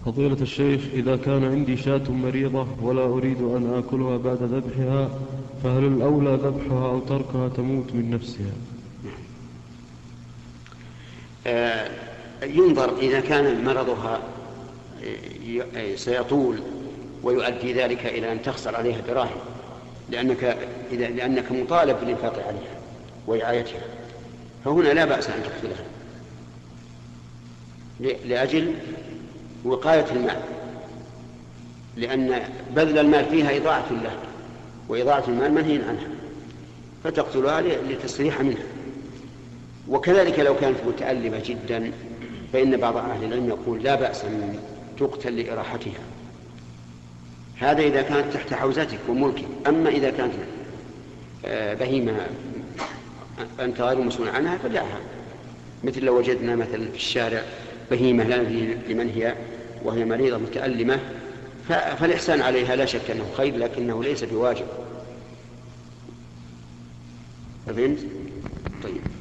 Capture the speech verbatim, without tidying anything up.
فضيلة الشيخ، إذا كان عندي شاة مريضة ولا أريد أن آكلها بعد ذبحها، فهل الأولى ذبحها أو تركها تموت من نفسها؟ آه ينظر إذا كان مرضها سيطول ويؤدي ذلك إلى أن تخسر عليها دراهم، لأنك, إذا لأنك مطالب بالإنفاق عليها ورعايتها، فهنا لا بأس أن تقتلها لأجل وقاية المال، لأن بذل المال فيها إضاعة له، وإضاعة المال منهي عنها، فتقتلها لتستريح منها. وكذلك لو كانت متألمة جدا فإن بعض أهل العلم يقول لا بأس أن تقتل لإراحتها، هذا إذا كانت تحت حوزتك وملكك. أما إذا كانت بهيمة أنت غير مسؤول عنها فدعها، مثل لو وجدنا مثلا في الشارع بهيمة لا ندري لمن هي وهي مريضة متألمة، فالإحسان عليها لا شك أنه خير، لكنه ليس بواجب. فهمت؟ طيب.